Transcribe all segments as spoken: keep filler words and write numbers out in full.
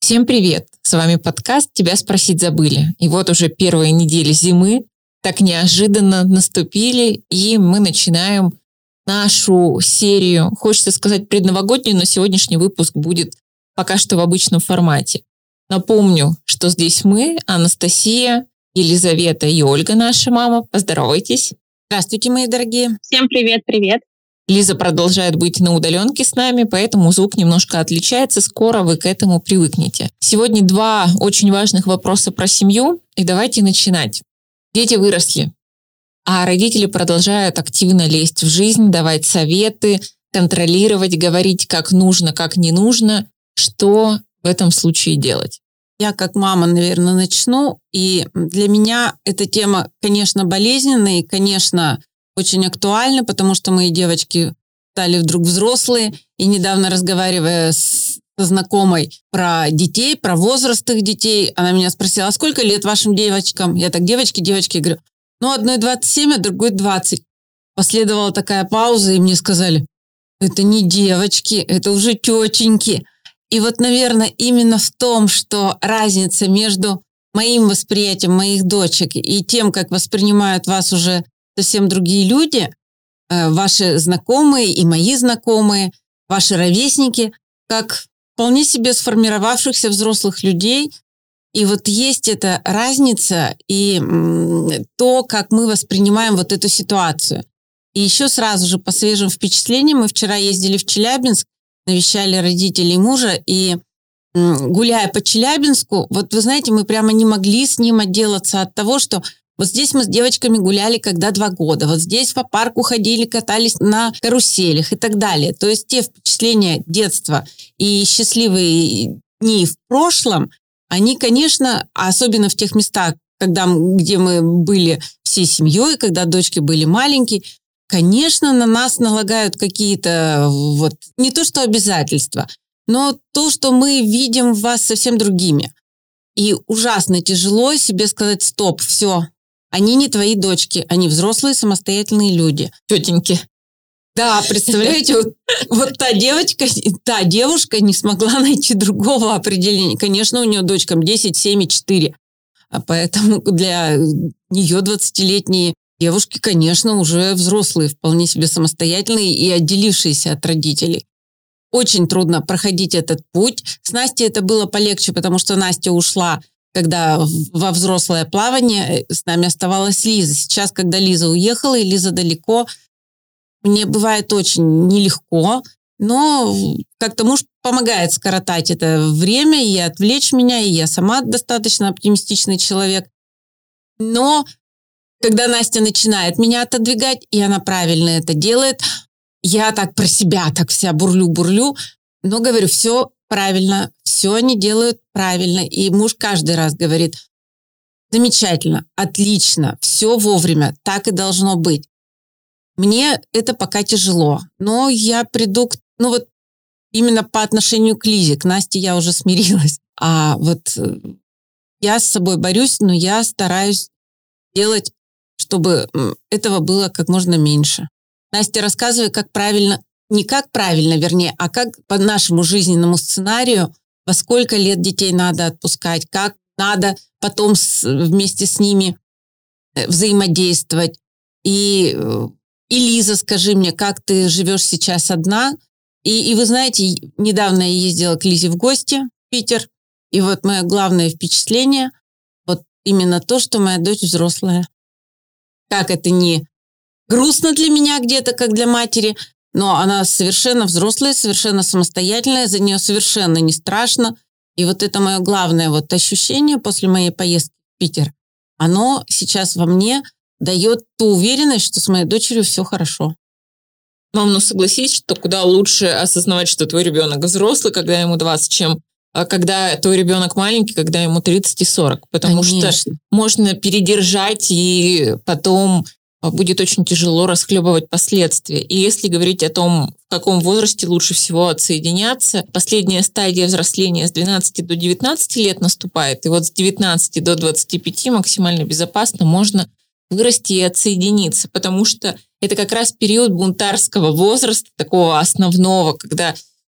Всем привет! С вами подкаст «Тебя спросить забыли». И вот уже первые недели зимы так неожиданно наступили, и мы начинаем нашу серию, хочется сказать предновогоднюю, но сегодняшний выпуск будет пока что в обычном формате. Напомню, что здесь мы, Анастасия, Елизавета и Ольга, наша мама. Поздоровайтесь. Здравствуйте, мои дорогие. Всем привет-привет. Лиза продолжает быть на удаленке с нами, поэтому звук немножко отличается. Скоро вы к этому привыкнете. Сегодня два очень важных вопроса про семью, и давайте начинать. Дети выросли, а родители продолжают активно лезть в жизнь, давать советы, контролировать, говорить, как нужно, как не нужно. Что в этом случае делать? Я как мама, наверное, начну. И для меня эта тема, конечно, болезненная и, конечно, очень актуальна, потому что мои девочки стали вдруг взрослые. И недавно, разговаривая с знакомой про детей, про возраст их детей, она меня спросила: а сколько лет вашим девочкам? Я так: девочки, девочки. Я говорю: ну, одной двадцать семь, а другой двадцать. Последовала такая пауза, и мне сказали: это не девочки, это уже тетеньки. И вот, наверное, именно в том, что разница между моим восприятием моих дочек и тем, как воспринимают вас уже совсем другие люди, ваши знакомые и мои знакомые, ваши ровесники, как вполне себе сформировавшихся взрослых людей. И вот есть эта разница и то, как мы воспринимаем вот эту ситуацию. И еще сразу же по свежим впечатлениям: мы вчера ездили в Челябинск, навещали родителей мужа, и гуляя по Челябинску, вот вы знаете, мы прямо не могли с ним отделаться от того, что вот здесь мы с девочками гуляли, когда два года, вот здесь по парку ходили, катались на каруселях и так далее. То есть те впечатления детства и счастливые дни в прошлом, они, конечно, особенно в тех местах, когда, где мы были всей семьей, когда дочки были маленькие, конечно, на нас налагают какие-то вот не то что обязательства, но то, что мы видим вас совсем другими. И ужасно тяжело себе сказать: стоп, все, они не твои дочки, они взрослые самостоятельные люди. Тетеньки. Да, представляете, вот, вот та девочка, та девушка не смогла найти другого определения. Конечно, у нее дочкам десять, семь и четыре. А поэтому для нее двадцатилетние девушки, конечно, уже взрослые, вполне себе самостоятельные и отделившиеся от родителей. Очень трудно проходить этот путь. С Настей это было полегче, потому что Настя ушла, когда во взрослое плавание, с нами оставалась Лиза. Сейчас, когда Лиза уехала, и Лиза далеко, мне бывает очень нелегко, но как-то муж помогает скоротать это время и отвлечь меня, и я сама достаточно оптимистичный человек. Но когда Настя начинает меня отодвигать, и она правильно это делает, я так про себя так вся бурлю-бурлю, но говорю: все правильно, все они делают правильно. И муж каждый раз говорит: замечательно, отлично, все вовремя, так и должно быть. Мне это пока тяжело, но я приду к... Ну вот именно по отношению к Лизе, к Насте я уже смирилась. А вот я с собой борюсь, но я стараюсь делать, чтобы этого было как можно меньше. Настя, рассказывай, как правильно, не как правильно, вернее, а как по нашему жизненному сценарию, во сколько лет детей надо отпускать, как надо потом с, вместе с ними взаимодействовать. И, и Лиза, скажи мне, как ты живешь сейчас одна? И, и вы знаете, недавно я ездила к Лизе в гости в Питер, и вот мое главное впечатление, вот именно то, что моя дочь взрослая. Как это не грустно для меня где-то, как для матери, но она совершенно взрослая, совершенно самостоятельная, за нее совершенно не страшно. И вот это мое главное вот ощущение после моей поездки в Питер, оно сейчас во мне дает ту уверенность, что с моей дочерью все хорошо. Мам, ну согласись, что куда лучше осознавать, что твой ребенок взрослый, когда ему двадцать, чем когда твой ребенок маленький, когда ему тридцать и сорок. Потому Конечно. Что можно передержать, и потом будет очень тяжело расхлебывать последствия. И если говорить о том, в каком возрасте лучше всего отсоединяться, последняя стадия взросления с двенадцати до девятнадцати лет наступает, и вот с девятнадцати до двадцати пяти максимально безопасно можно вырасти и отсоединиться, потому что это как раз период бунтарского возраста, такого основного, когда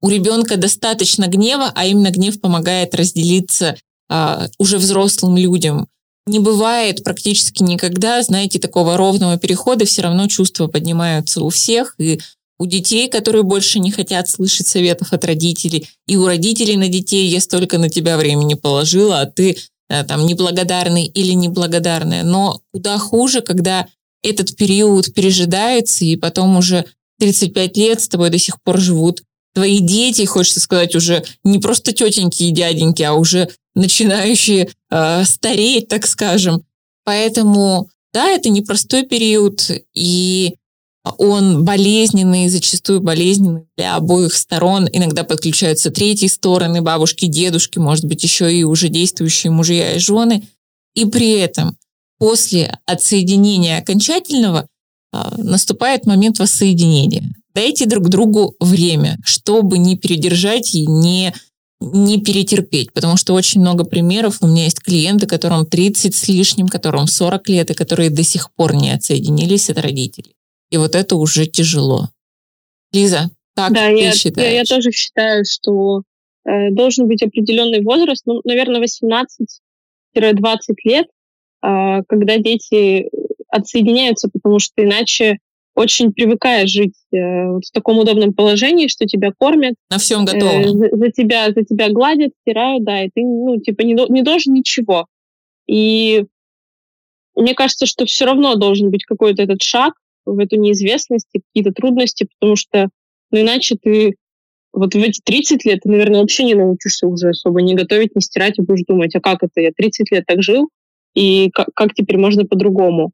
у ребенка достаточно гнева, а именно гнев помогает разделиться а, уже взрослым людям. Не бывает практически никогда, знаете, такого ровного перехода, все равно чувства поднимаются у всех, и у детей, которые больше не хотят слышать советов от родителей, и у родителей на детей: я столько на тебя времени положила, а ты а, там неблагодарный или неблагодарная. Но куда хуже, когда этот период пережидается, и потом уже тридцать пять лет с тобой до сих пор живут твои дети, хочется сказать, уже не просто тетеньки и дяденьки, а уже начинающие э, стареть, так скажем. Поэтому, да, это непростой период, и он болезненный, зачастую болезненный для обоих сторон. Иногда подключаются третьи стороны, бабушки, дедушки, может быть, еще и уже действующие мужья и жены. И при этом после отсоединения окончательного э, наступает момент воссоединения. Дайте друг другу время, чтобы не передержать и не, не перетерпеть. Потому что очень много примеров. У меня есть клиенты, которым тридцать с лишним, которым сорок лет, и которые до сих пор не отсоединились от родителей. И вот это уже тяжело. Лиза, как да, ты я, считаешь? Я, я тоже считаю, что э, должен быть определенный возраст, ну, наверное, восемнадцать-двадцать лет, э, когда дети отсоединяются, потому что иначе очень привыкаешь жить э, в таком удобном положении, что тебя кормят. На всем готово. Э, за, за, тебя, за тебя гладят, стирают, да, и ты, ну, типа, не, не должен ничего. И мне кажется, что все равно должен быть какой-то этот шаг в эту неизвестность, какие-то трудности, потому что, ну, иначе ты вот в эти тридцать лет, ты, наверное, вообще не научишься уже особо не готовить, не стирать, и будешь думать: а как это? Я тридцать лет так жил, и как, как теперь можно по-другому?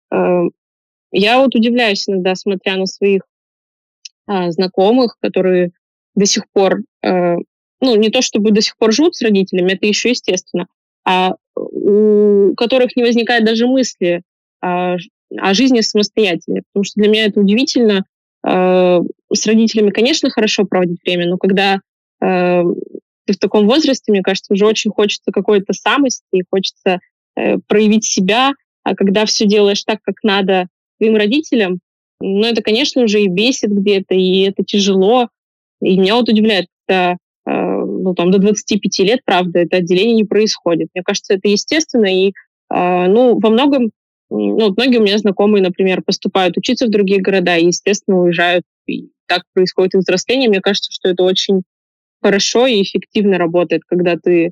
Я вот удивляюсь иногда, смотря на своих а, знакомых, которые до сих пор, э, ну, не то чтобы до сих пор живут с родителями, это еще естественно, а у которых не возникает даже мысли о, о жизни самостоятельной. Потому что для меня это удивительно. Э, с родителями, конечно, хорошо проводить время, но когда э, ты в таком возрасте, мне кажется, уже очень хочется какой-то самости, хочется э, проявить себя, а когда все делаешь так, как надо своим родителям, ну, это, конечно, уже и бесит где-то, и это тяжело. И меня вот удивляет, когда э, ну, там, до двадцати пяти лет, правда, это отделение не происходит. Мне кажется, это естественно, и э, ну, во многом, ну, многие у меня знакомые, например, поступают учиться в другие города и, естественно, уезжают, и так происходит и взросление. Мне кажется, что это очень хорошо и эффективно работает, когда ты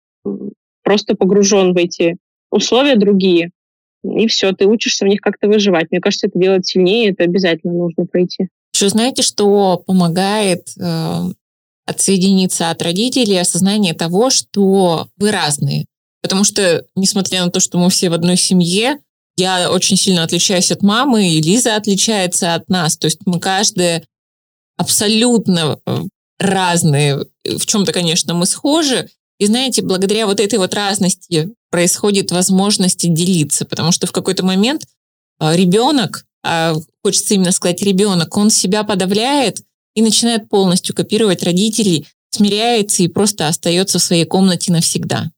просто погружен в эти условия другие, и все, ты учишься в них как-то выживать. Мне кажется, это делать сильнее, это обязательно нужно пройти. Еще знаете, что помогает э, отсоединиться от родителей? Осознание того, что вы разные. Потому что, несмотря на то, что мы все в одной семье, я очень сильно отличаюсь от мамы, и Лиза отличается от нас. То есть мы каждая абсолютно разные. В чем-то, конечно, мы схожи. И знаете, благодаря вот этой вот разности происходит возможность делиться, потому что в какой-то момент ребенок, а хочется именно сказать ребенок, он себя подавляет и начинает полностью копировать родителей, смиряется и просто остается в своей комнате навсегда.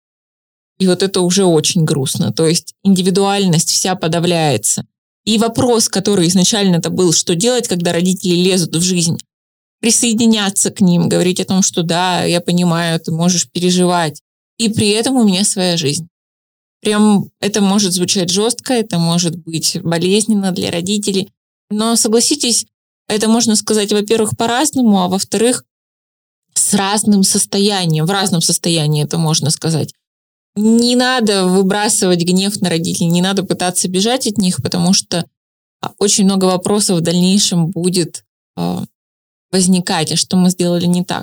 И вот это уже очень грустно. То есть индивидуальность вся подавляется. И вопрос, который изначально-то был, что делать, когда родители лезут в жизнь, присоединяться к ним, говорить о том, что да, я понимаю, ты можешь переживать, и при этом у меня своя жизнь. Прям это может звучать жестко, это может быть болезненно для родителей, но согласитесь, это можно сказать, во-первых, по-разному, а во-вторых, с разным состоянием, в разном состоянии это можно сказать. Не надо выбрасывать гнев на родителей, не надо пытаться бежать от них, потому что очень много вопросов в дальнейшем будет возникать, а что мы сделали не так.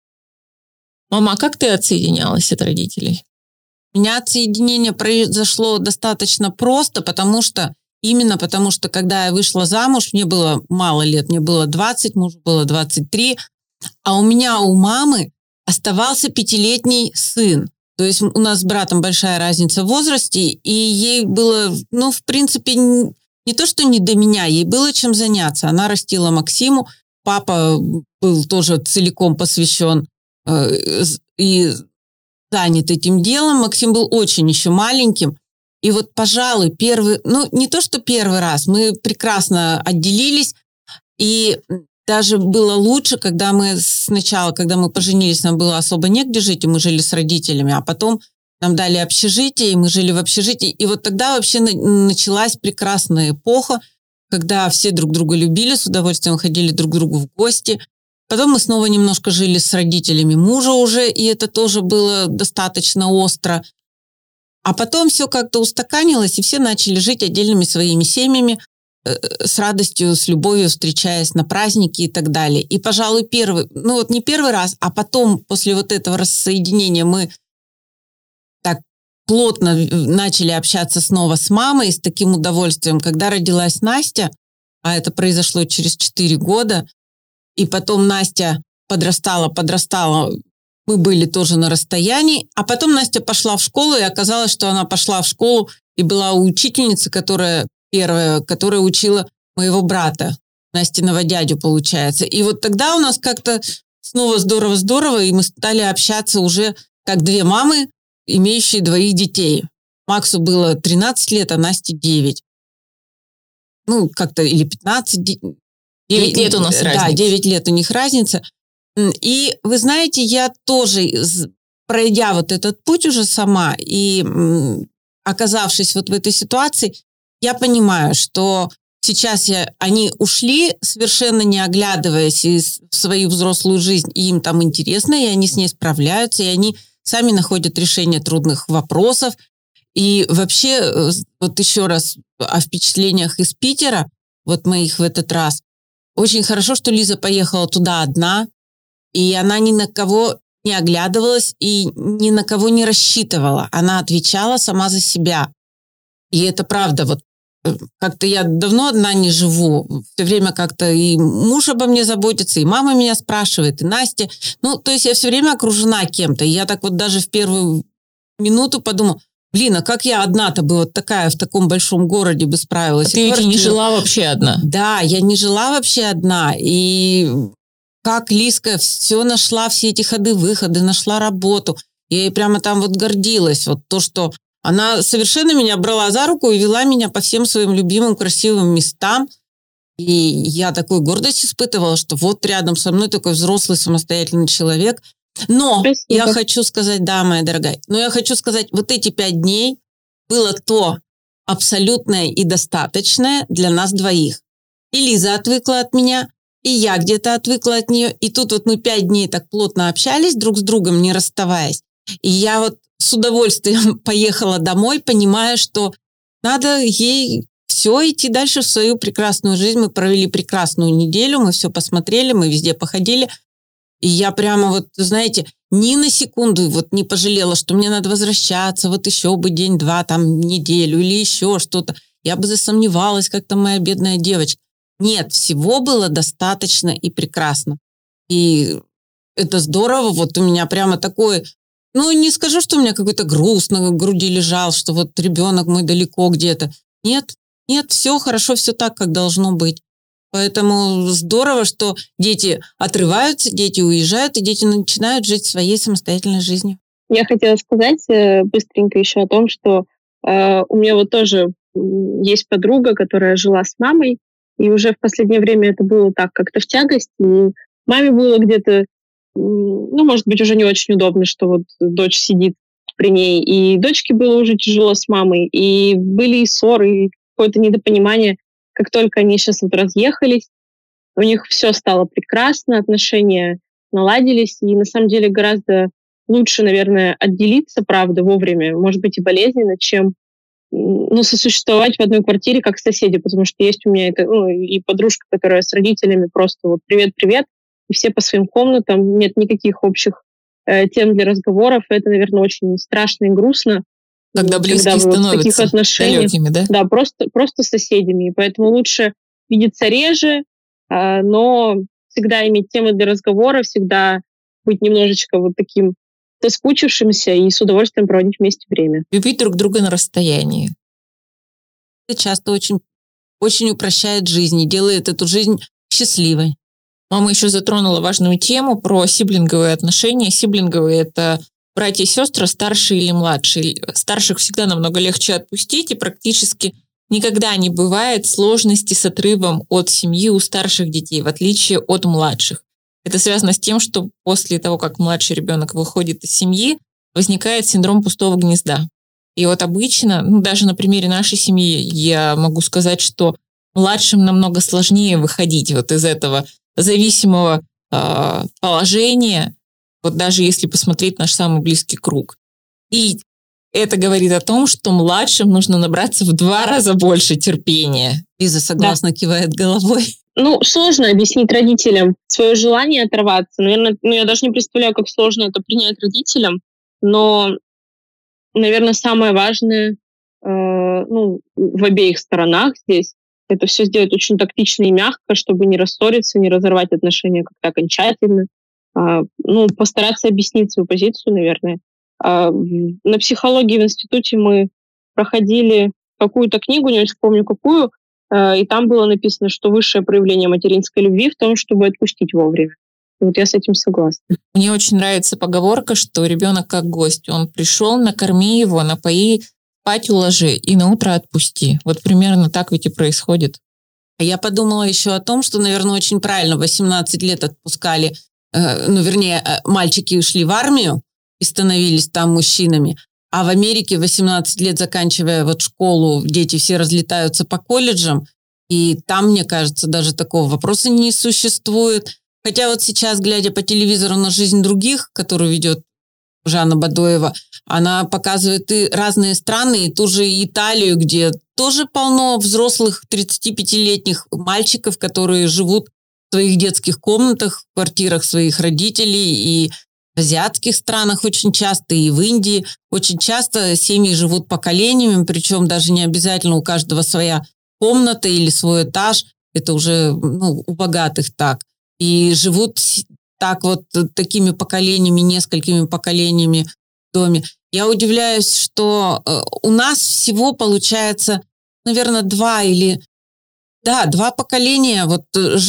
Мама, а как ты отсоединялась от родителей? У меня отсоединение произошло достаточно просто, потому что, именно потому что, когда я вышла замуж, мне было мало лет, мне было двадцать, мужу было двадцать три, а у меня, у мамы оставался пятилетний сын. То есть у нас с братом большая разница в возрасте, и ей было, ну, в принципе, не то, что не до меня, ей было чем заняться. Она растила Максиму, папа был тоже целиком посвящен э, и занят этим делом. Максим был очень еще маленьким. И вот, пожалуй, первый, ну, не то, что первый раз, мы прекрасно отделились. И даже было лучше, когда мы сначала, когда мы поженились, нам было особо негде жить, и мы жили с родителями, а потом нам дали общежитие, и мы жили в общежитии. И вот тогда вообще началась прекрасная эпоха, когда все друг друга любили, с удовольствием ходили друг к другу в гости. Потом мы снова немножко жили с родителями мужа уже, и это тоже было достаточно остро. А потом все как-то устаканилось, и все начали жить отдельными своими семьями, с радостью, с любовью встречаясь на праздники и так далее. И, пожалуй, первый, ну вот не первый раз, а потом, после вот этого рассоединения, мы так плотно начали общаться снова с мамой с таким удовольствием. Когда родилась Настя, а это произошло через четыре года, и потом Настя подрастала, подрастала, мы были тоже на расстоянии, а потом Настя пошла в школу, и оказалось, что она пошла в школу и была у учительницы, которая первая, которая учила моего брата, Настиного дядю, получается. И вот тогда у нас как-то снова здорово-здорово, и мы стали общаться уже как две мамы, имеющие двоих детей. Максу было тринадцать лет, а Насте девять. Ну, как-то или пятнадцать. девять лет у нас разница. Да, девять лет у них разница. И вы знаете, я тоже, пройдя вот этот путь уже сама и оказавшись вот в этой ситуации, я понимаю, что сейчас я, они ушли, совершенно не оглядываясь в свою взрослую жизнь, и им там интересно, и они с ней справляются, и они сами находят решение трудных вопросов. И вообще, вот еще раз о впечатлениях из Питера, вот моих в этот раз, очень хорошо, что Лиза поехала туда одна, и она ни на кого не оглядывалась и ни на кого не рассчитывала. Она отвечала сама за себя. И это правда, вот как-то я давно одна не живу, все время как-то и муж обо мне заботится, и мама меня спрашивает, и Настя. Ну, то есть я все время окружена кем-то, и я так вот даже в первую минуту подумала, блин, а как я одна-то бы вот такая в таком большом городе бы справилась? А ты ведь не жила вообще одна. Да, я не жила вообще одна, и как Лизка все нашла, все эти ходы-выходы, нашла работу, я ей прямо там вот гордилась, вот то, что она совершенно меня брала за руку и вела меня по всем своим любимым красивым местам. И я такую гордость испытывала, что вот рядом со мной такой взрослый самостоятельный человек. Но Спасибо. Я хочу сказать, да, моя дорогая, но я хочу сказать, вот эти пять дней было то абсолютное и достаточное для нас двоих. И Лиза отвыкла от меня, и я где-то отвыкла от нее. И тут вот мы пять дней так плотно общались друг с другом, не расставаясь. И я вот с удовольствием поехала домой, понимая, что надо ей все идти дальше в свою прекрасную жизнь. Мы провели прекрасную неделю, мы все посмотрели, мы везде походили. И я прямо вот, знаете, ни на секунду вот не пожалела, что мне надо возвращаться, вот еще бы день-два, там, неделю или еще что-то. Я бы засомневалась, как там моя бедная девочка. Нет, всего было достаточно и прекрасно. И это здорово, вот у меня прямо такое... Ну, не скажу, что у меня какой-то груз на груди лежал, что вот ребенок мой далеко где-то. Нет, нет, все хорошо, все так, как должно быть. Поэтому здорово, что дети отрываются, дети уезжают, и дети начинают жить своей самостоятельной жизнью. Я хотела сказать быстренько еще о том, что э, у меня вот тоже есть подруга, которая жила с мамой, и уже в последнее время это было так как-то в тягость. И маме было где-то, ну, может быть, уже не очень удобно, что вот дочь сидит при ней, и дочке было уже тяжело с мамой, и были и ссоры, и какое-то недопонимание. Как только они сейчас вот разъехались, у них все стало прекрасно, отношения наладились, и на самом деле гораздо лучше, наверное, отделиться, правда, вовремя, может быть, и болезненно, чем ну, сосуществовать в одной квартире как соседи, потому что есть у меня это, ну, и подружка, которая с родителями просто вот привет-привет, и все по своим комнатам, нет никаких общих э, тем для разговоров. Это, наверное, очень страшно и грустно. Когда близкие когда становятся вот в таких отношениях, далекими, да? Да, просто, просто соседями. И поэтому лучше видеться реже, э, но всегда иметь темы для разговора, всегда быть немножечко вот таким соскучившимся и с удовольствием проводить вместе время. Любить друг друга на расстоянии. Это часто очень, очень упрощает жизнь и делает эту жизнь счастливой. Мама еще затронула важную тему про сиблинговые отношения. Сиблинговые – это братья и сестры, старшие или младшие. Старших всегда намного легче отпустить, и практически никогда не бывает сложности с отрывом от семьи у старших детей, в отличие от младших. Это связано с тем, что после того, как младший ребенок выходит из семьи, возникает синдром пустого гнезда. И вот обычно, ну, даже на примере нашей семьи, я могу сказать, что младшим намного сложнее выходить вот из этого зависимого э, положения, вот даже если посмотреть наш самый близкий круг. И это говорит о том, что младшим нужно набраться в два раза больше терпения. Лиза согласно да. кивает головой. Ну, сложно объяснить родителям свое желание оторваться. Наверное, ну, я даже не представляю, как сложно это принять родителям, но, наверное, самое важное э, ну, в обеих сторонах здесь это все сделать очень тактично и мягко, чтобы не рассориться, не разорвать отношения как-то окончательно. А, ну, постараться объяснить свою позицию, наверное. А, на психологии в институте мы проходили какую-то книгу, не очень помню какую, и там было написано, что высшее проявление материнской любви в том, чтобы отпустить вовремя. И вот я с этим согласна. Мне очень нравится поговорка, что ребенок как гость. Он пришел, накорми его, напои, спать уложи и на утро отпусти. Вот примерно так ведь и происходит. Я подумала еще о том, что, наверное, очень правильно восемнадцать лет отпускали, э, ну, вернее, мальчики ушли в армию и становились там мужчинами. А в Америке восемнадцать лет, заканчивая вот школу, дети все разлетаются по колледжам, и там, мне кажется, даже такого вопроса не существует. Хотя вот сейчас, глядя по телевизору на жизнь других, которую ведет Жанна Бадоева, она показывает и разные страны, и ту же Италию, где тоже полно взрослых тридцатипятилетних мальчиков, которые живут в своих детских комнатах, в квартирах своих родителей, и в азиатских странах очень часто, и в Индии очень часто семьи живут поколениями, причем даже не обязательно у каждого своя комната или свой этаж, это уже ну, у богатых так. И живут так вот такими поколениями, несколькими поколениями в доме. Я удивляюсь, что у нас всего получается, наверное, два или... Да, два поколения, вот,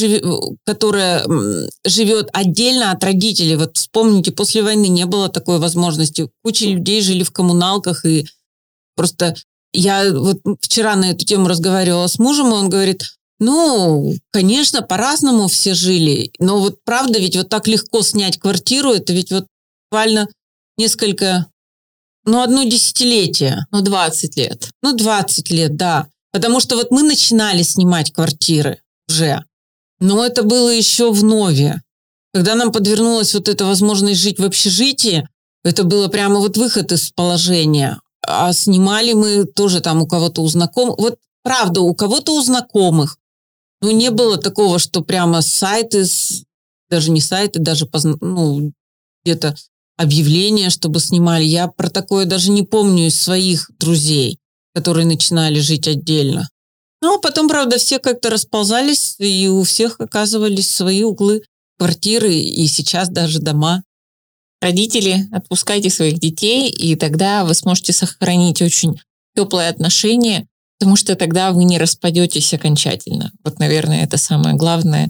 которое живет отдельно от родителей. Вот вспомните, после войны не было такой возможности. Куча людей жили в коммуналках, и просто я вот вчера на эту тему разговаривала с мужем, и он говорит, ну, конечно, по-разному все жили, но вот правда ведь вот так легко снять квартиру, это ведь вот буквально несколько, ну, одно десятилетие. Ну, двадцать лет. Ну, двадцать лет, да. Потому что вот мы начинали снимать квартиры уже, но это было еще в нове. Когда нам подвернулась вот эта возможность жить в общежитии, это было прямо вот выход из положения. А снимали мы тоже там у кого-то у знакомых. Вот правда, у кого-то у знакомых. Ну, не было такого, что прямо сайты, даже не сайты, даже ну, где-то объявления, чтобы снимали. Я про такое даже не помню из своих друзей, которые начинали жить отдельно. Ну, а потом, правда, все как-то расползались, и у всех оказывались свои углы, квартиры, и сейчас даже дома. Родители, отпускайте своих детей, и тогда вы сможете сохранить очень теплые отношения, потому что тогда вы не распадетесь окончательно. Вот, наверное, это самое главное,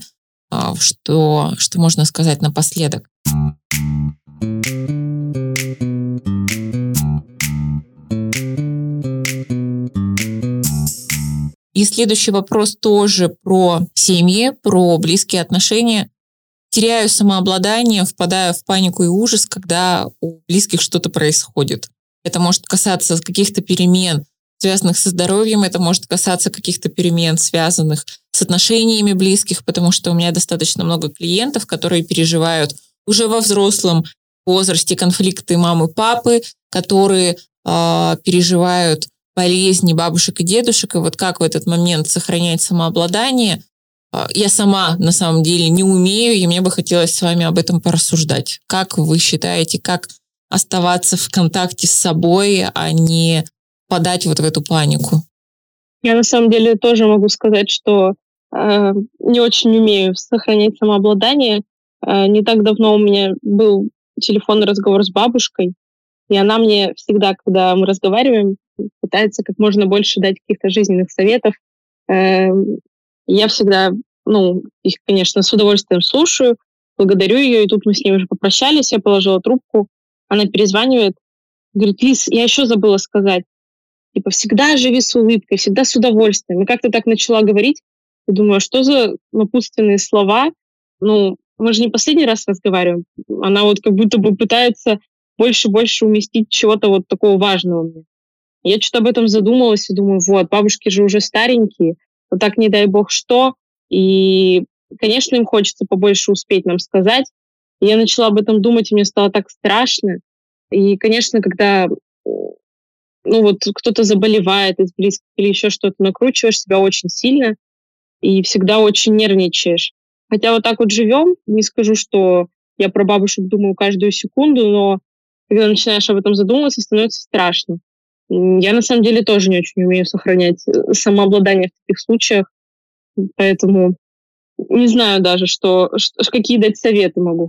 что, что можно сказать напоследок. И следующий вопрос тоже про семьи, про близкие отношения. Теряю самообладание, впадаю в панику и ужас, когда у близких что-то происходит. Это может касаться каких-то перемен, связанных со здоровьем, это может касаться каких-то перемен, связанных с отношениями близких, потому что у меня достаточно много клиентов, которые переживают уже во взрослом возрасте конфликты мамы, папы, которые э, переживают болезни бабушек и дедушек, и вот как в этот момент сохранять самообладание, я сама на самом деле не умею, и мне бы хотелось с вами об этом порассуждать. Как вы считаете, как оставаться в контакте с собой, а не подать вот в эту панику? Я на самом деле тоже могу сказать, что э, не очень умею сохранять самообладание. Э, не так давно у меня был телефонный разговор с бабушкой, и она мне всегда, когда мы разговариваем, пытается как можно больше дать каких-то жизненных советов. Э, я всегда, ну, их, конечно, с удовольствием слушаю, благодарю ее, и тут мы с ней уже попрощались, я положила трубку, она перезванивает, говорит, Лиз, я еще забыла сказать, Типа, всегда живи с улыбкой, всегда с удовольствием. И как-то так начала говорить. И думаю, что за напутственные слова? Ну, мы же не последний раз разговариваем. Она вот как будто бы пытается больше-больше уместить чего-то вот такого важного мне. Я что-то об этом задумалась и думаю, вот, бабушки же уже старенькие, вот так не дай бог что. И, конечно, им хочется побольше успеть нам сказать. И я начала об этом думать, и мне стало так страшно. И, конечно, когда ну вот кто-то заболевает из близких или еще что-то, накручиваешь себя очень сильно и всегда очень нервничаешь. Хотя вот так вот живем, не скажу, что я про бабушек думаю каждую секунду, но когда начинаешь об этом задумываться, становится страшно. Я на самом деле тоже не очень умею сохранять самообладание в таких случаях, поэтому не знаю даже, что, что какие дать советы могу.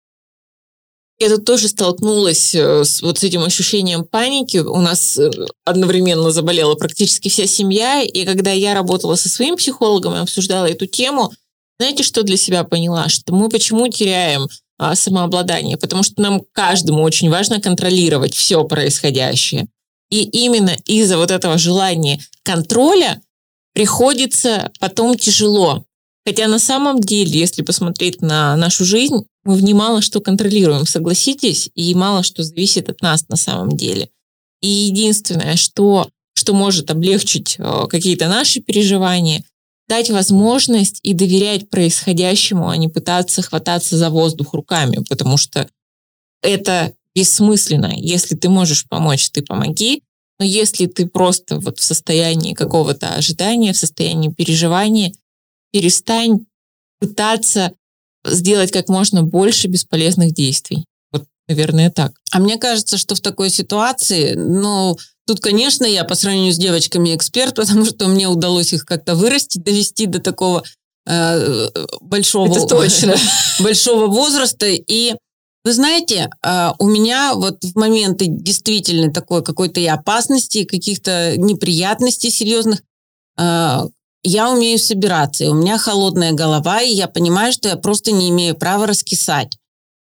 Я тут тоже столкнулась с вот с этим ощущением паники. У нас одновременно заболела практически вся семья, и когда я работала со своим психологом и обсуждала эту тему, знаете, что для себя поняла? Что мы почему теряем а, самообладание? Потому что нам каждому очень важно контролировать все происходящее. И именно из-за вот этого желания контроля приходится потом тяжело. Хотя на самом деле, если посмотреть на нашу жизнь, мы в ней мало что контролируем, согласитесь, и мало что зависит от нас на самом деле. И единственное, что, что может облегчить э, какие-то наши переживания, дать возможность и доверять происходящему, а не пытаться хвататься за воздух руками, потому что это бессмысленно. Если ты можешь помочь, ты помоги, но если ты просто вот в состоянии какого-то ожидания, в состоянии переживания, перестань пытаться сделать как можно больше бесполезных действий. Вот, наверное, так. А мне кажется, что в такой ситуации, ну, тут, конечно, я по сравнению с девочками эксперт, потому что мне удалось их как-то вырастить, довести до такого э, большого, Это точно. большого возраста. И вы знаете, э, у меня вот в моменты действительно такой какой-то и опасности, каких-то неприятностей серьезных, э, я умею собираться, и у меня холодная голова, и я понимаю, что я просто не имею права раскисать.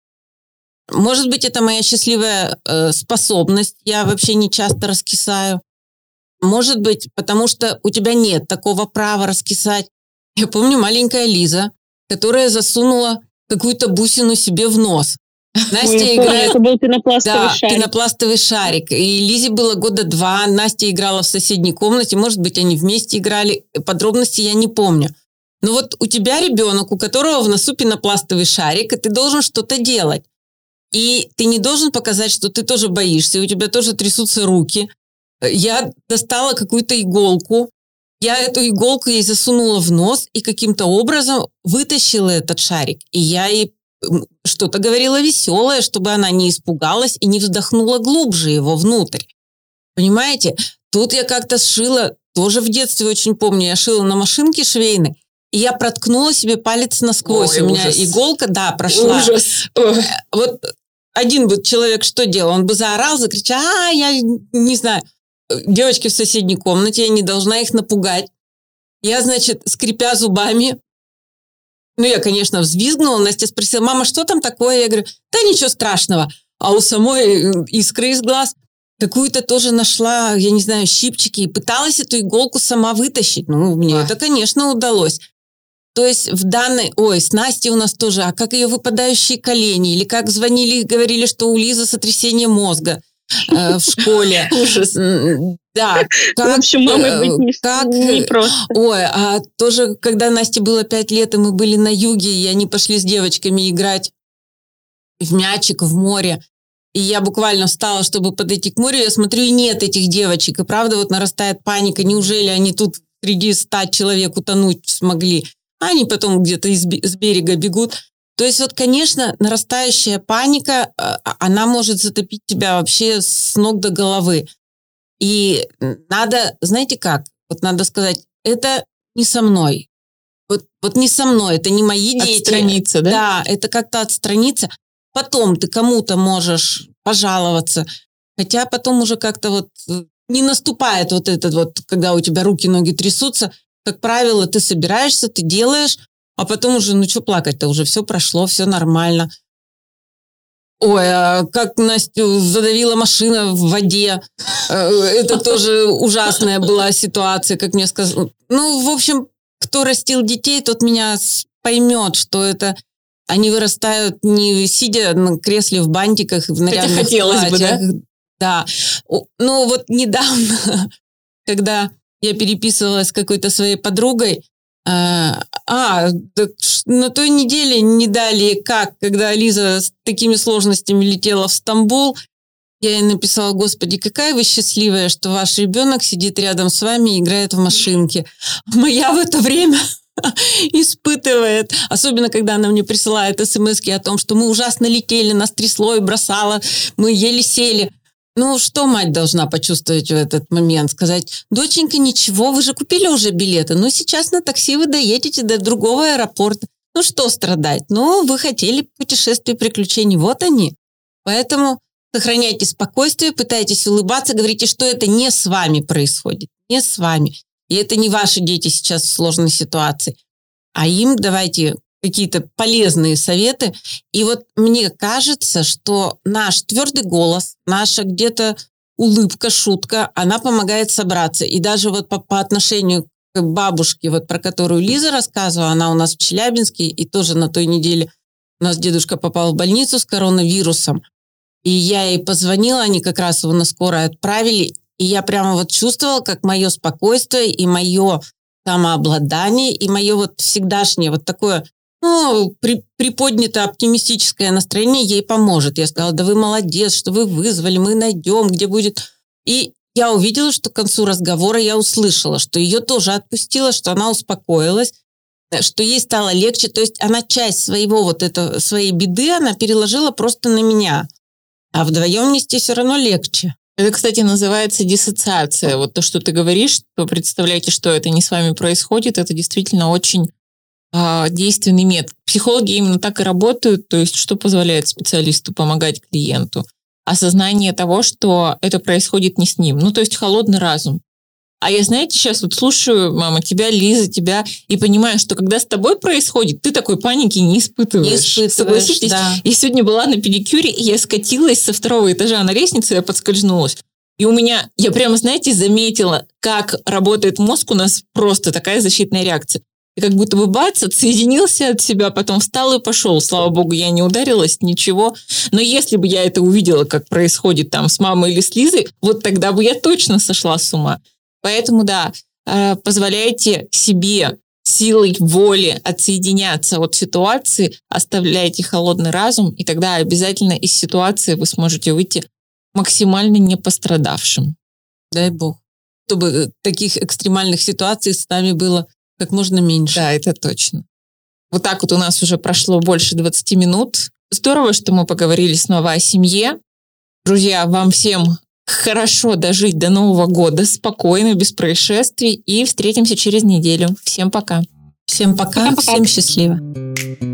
Может быть, это моя счастливая э, способность, я вообще не часто раскисаю. Может быть, потому что у тебя нет такого права раскисать. Я помню маленькая Лиза, которая засунула какую-то бусину себе в нос. Настя Ой, играет... Это был пенопластовый да, шарик. пенопластовый шарик. И Лизе было года два, Настя играла в соседней комнате, может быть, они вместе играли, подробности я не помню. Но вот у тебя ребенок, у которого в носу пенопластовый шарик, и ты должен что-то делать. И ты не должен показать, что ты тоже боишься, и у тебя тоже трясутся руки. Я достала какую-то иголку, я эту иголку ей засунула в нос и каким-то образом вытащила этот шарик. И я ей что-то говорила веселое, чтобы она не испугалась и не вздохнула глубже его внутрь. Понимаете? Тут я как-то сшила, тоже в детстве очень помню, я шила на машинке швейной, и я проткнула себе палец насквозь. Ой, у меня ужас. Иголка, да, прошла. Ужас. Вот один бы человек что делал? Он бы заорал, закричал, а, я не знаю. Девочки в соседней комнате, я не должна их напугать. Я, значит, скрипя зубами, ну, я, конечно, взвизгнула, Настя спросила, мама, что там такое? Я говорю, да ничего страшного. А у самой искры из глаз какую-то тоже нашла, я не знаю, щипчики, и пыталась эту иголку сама вытащить. Ну, мне а. это, конечно, удалось. То есть в данной... Ой, с Настей у нас тоже, а как ее выпадающие колени? Или как звонили и говорили, что у Лизы сотрясение мозга э, в школе. Ужас. Да. Как, в общем, мамой быть не, как, не просто. Ой, а тоже, когда Насте было пять лет, и мы были на юге, и они пошли с девочками играть в мячик в море, и я буквально встала, чтобы подойти к морю, я смотрю, и нет этих девочек, и правда вот нарастает паника, неужели они тут среди ста человек утонуть смогли? А они потом где-то из, с берега бегут. То есть вот, конечно, нарастающая паника, она может затопить тебя вообще с ног до головы. И надо, знаете как, вот надо сказать, это не со мной. Вот, вот не со мной, это не мои дети. Отстраниться, да? Да, это как-то отстраниться. Потом ты кому-то можешь пожаловаться, хотя потом уже как-то вот не наступает вот этот вот, когда у тебя руки, ноги трясутся. Как правило, ты собираешься, ты делаешь, а потом уже, ну что плакать-то, уже все прошло, все нормально. Ой, а как Настю задавила машина в воде. Это тоже ужасная была ситуация, как мне сказали. Ну, в общем, кто растил детей, тот меня поймет, что это... Они вырастают не сидя на кресле в бантиках, в нарядных платьях. Хотелось бы, да? Да. Ну, вот недавно, когда я переписывалась с какой-то своей подругой, а, а так на той неделе не дали как, когда Лиза с такими сложностями летела в Стамбул, я ей написала: Господи, какая вы счастливая, что ваш ребенок сидит рядом с вами и играет в машинки. Моя в это время испытывает, особенно когда она мне присылает смс-ки о том, что мы ужасно летели, нас трясло и бросало, мы еле сели. Ну, что мать должна почувствовать в этот момент? Сказать: доченька, ничего, вы же купили уже билеты, ну, сейчас на такси вы доедете до другого аэропорта. Ну, что страдать? Ну, вы хотели путешествий, приключений, вот они. Поэтому сохраняйте спокойствие, пытайтесь улыбаться, говорите, что это не с вами происходит, не с вами. И это не ваши дети сейчас в сложной ситуации. А им давайте какие-то полезные советы. И вот мне кажется, что наш твердый голос, наша где-то улыбка, шутка, она помогает собраться. И даже вот по, по отношению к бабушке, вот про которую Лиза рассказывала, она у нас в Челябинске, и тоже на той неделе у нас дедушка попал в больницу с коронавирусом. И я ей позвонила, они как раз его на скорой отправили, и я прямо вот чувствовала, как мое спокойствие и мое самообладание, и мое вот всегдашнее вот такое, ну, при, приподнятое оптимистическое настроение ей поможет. Я сказала: да вы молодец, что вы вызвали, мы найдем, где будет. И я увидела, что к концу разговора я услышала, что ее тоже отпустило, что она успокоилась, что ей стало легче. То есть она часть своего вот этого, своей беды она переложила просто на меня. А вдвоем нести все равно легче. Это, кстати, называется диссоциация. Вот то, что ты говоришь, то представляете, что это не с вами происходит, это действительно очень э, действенный метод. Психологи именно так и работают, то есть что позволяет специалисту помогать клиенту? Осознание того, что это происходит не с ним. Ну, то есть холодный разум. А я, знаете, сейчас вот слушаю, мама, тебя, Лиза, тебя, и понимаю, что когда с тобой происходит, ты такой паники не испытываешь. Не испытываешь, согласитесь? Да. Я сегодня была на педикюре, и я скатилась со второго этажа на лестницу, я подскользнулась. И у меня, я прямо, знаете, заметила, как работает мозг, у нас просто такая защитная реакция. И как будто бы бац, отсоединился от себя, потом встал и пошел. Слава богу, я не ударилась, ничего. Но если бы я это увидела, как происходит там с мамой или с Лизой, вот тогда бы я точно сошла с ума. Поэтому, да, позволяйте себе силой воли отсоединяться от ситуации, оставляйте холодный разум, и тогда обязательно из ситуации вы сможете выйти максимально не пострадавшим. Дай бог. Чтобы таких экстремальных ситуаций с нами было как можно меньше. Да, это точно. Вот так вот у нас уже прошло больше двадцати минут. Здорово, что мы поговорили снова о семье. Друзья, вам всем хорошо дожить до Нового года, спокойно, без происшествий. И встретимся через неделю. Всем пока. Всем пока, пока-пока. Всем счастливо.